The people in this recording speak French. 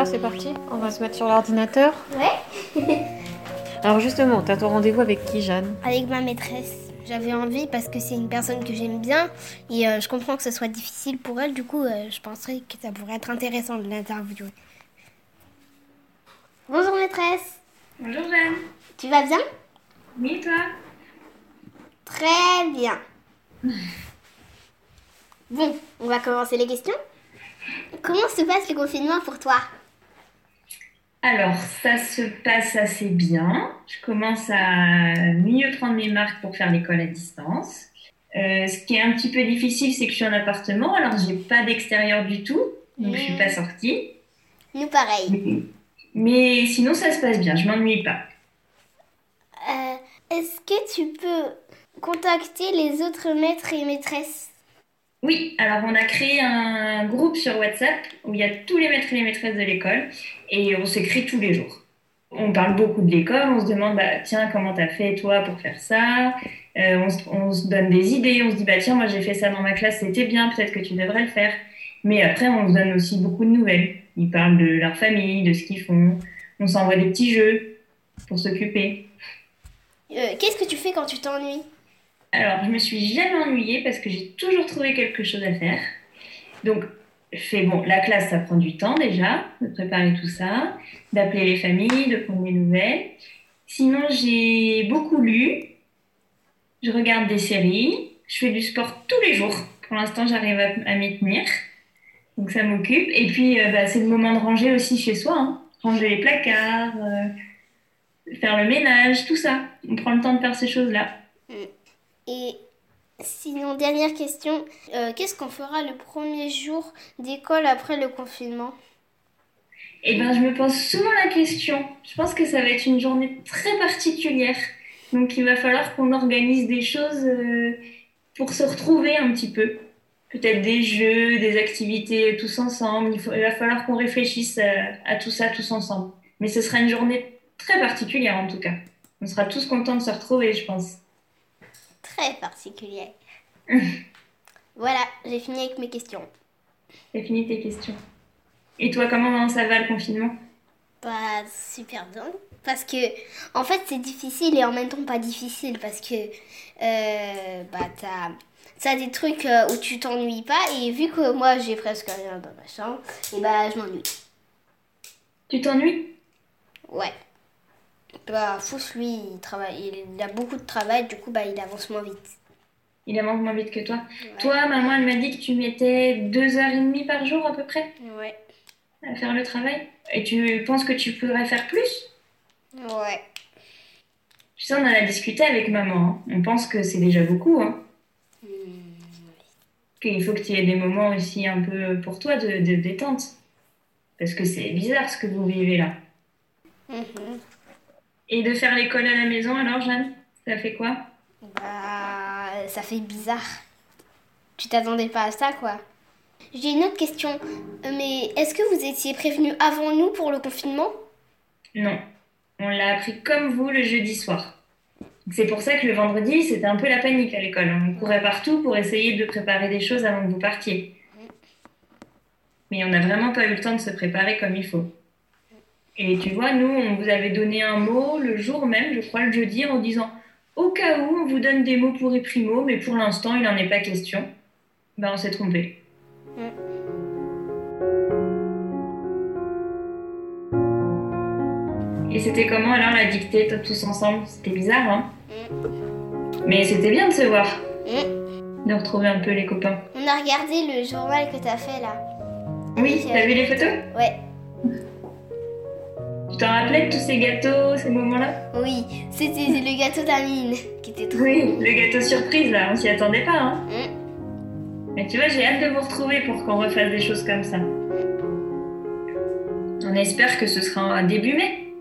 va, c'est parti? On va se mettre sur l'ordinateur. Ouais. Alors justement, t'as ton rendez-vous avec qui, Jeanne? Avec ma maîtresse. J'avais envie parce que c'est une personne que j'aime bien et je comprends que ce soit difficile pour elle. Du coup, je penserais que ça pourrait être intéressant de l'interviewer. Bonjour maîtresse. Bonjour Jeanne. Tu vas bien? Oui, et toi? Très bien. Bon, on va commencer les questions. Comment se passe le confinement pour toi? Alors, ça se passe assez bien. Je commence à mieux prendre mes marques pour faire l'école à distance. Ce qui est un petit peu difficile, c'est que je suis en appartement, alors j'ai pas d'extérieur du tout, donc je suis pas sortie. Nous pareil. Mais sinon, ça se passe bien, je m'ennuie pas. Est-ce que tu peux contacter les autres maîtres et maîtresses? Oui, alors on a créé un groupe sur WhatsApp où il y a tous les maîtres et les maîtresses de l'école et on s'écrit tous les jours. On parle beaucoup de l'école, on se demande tiens, comment t'as fait toi pour faire ça? On se donne des idées, on se dit tiens, moi j'ai fait ça dans ma classe, c'était bien, peut-être que tu devrais le faire. Mais après on se donne aussi beaucoup de nouvelles. Ils parlent de leur famille, de ce qu'ils font. On s'envoie des petits jeux pour s'occuper. Qu'est-ce que tu fais quand tu t'ennuies? Alors, je me suis jamais ennuyée parce que j'ai toujours trouvé quelque chose à faire. Donc, la classe, ça prend du temps déjà, de préparer tout ça, d'appeler les familles, de prendre des nouvelles. Sinon, j'ai beaucoup lu, je regarde des séries, je fais du sport tous les jours. Pour l'instant, j'arrive à m'y tenir, donc ça m'occupe. Et puis, c'est le moment de ranger aussi chez soi, hein. Ranger les placards, faire le ménage, tout ça. On prend le temps de faire ces choses-là. Et sinon, dernière question, qu'est-ce qu'on fera le premier jour d'école après le confinement? Eh bien, je me pose souvent la question. Je pense que ça va être une journée très particulière. Donc, il va falloir qu'on organise des choses pour se retrouver un petit peu. Peut-être des jeux, des activités tous ensemble. Il va falloir qu'on réfléchisse à tout ça tous ensemble. Mais ce sera une journée très particulière en tout cas. On sera tous contents de se retrouver, je pense. Très particulière. Voilà, j'ai fini avec mes questions. T'as fini tes questions. Et toi, comment ça va le confinement? Super bien. Parce que, en fait, c'est difficile et en même temps pas difficile. Parce que, t'as des trucs où tu t'ennuies pas. Et vu que moi, j'ai presque rien dans ma chambre, et je m'ennuie. Tu t'ennuies? Ouais. Fous, lui, il a beaucoup de travail. Du coup, il avance moins vite. Il avance moins vite que toi. Ouais. Toi, maman, elle m'a dit que tu mettais 2h30 par jour à peu près Ouais. à faire le travail. Et tu penses que tu pourrais faire plus? Ouais. Tu sais, on en a discuté avec maman, hein. On pense que c'est déjà beaucoup, hein. Qu'il faut que tu aies des moments aussi un peu pour toi de détente. Parce que c'est bizarre ce que vous vivez là. Et de faire l'école à la maison, alors Jeanne, ça fait quoi? Ça fait bizarre. Tu t'attendais pas à ça, quoi. J'ai une autre question. Mais est-ce que vous étiez prévenus avant nous pour le confinement? Non. On l'a appris comme vous le jeudi soir. C'est pour ça que le vendredi, c'était un peu la panique à l'école. On courait partout pour essayer de préparer des choses avant que vous partiez. Mais on n'a vraiment pas eu le temps de se préparer comme il faut. Et tu vois, nous, on vous avait donné un mot le jour même, je crois le jeudi, en disant au cas où, on vous donne des mots pour primo, mais pour l'instant, il n'en est pas question. On s'est trompé. Et c'était comment alors la dictée, tous ensemble? C'était bizarre, hein? Mais c'était bien de se voir. De retrouver un peu les copains. On a regardé le journal que t'as fait là. Oui, t'as vu les photos? Ouais. Tu t'en rappelais de tous ces gâteaux, ces moments-là? Oui, c'était le gâteau d'Amine qui était trop Oui, le gâteau surprise là, on s'y attendait pas, hein? Mais tu vois, j'ai hâte de vous retrouver pour qu'on refasse des choses comme ça. On espère que ce sera en début mai.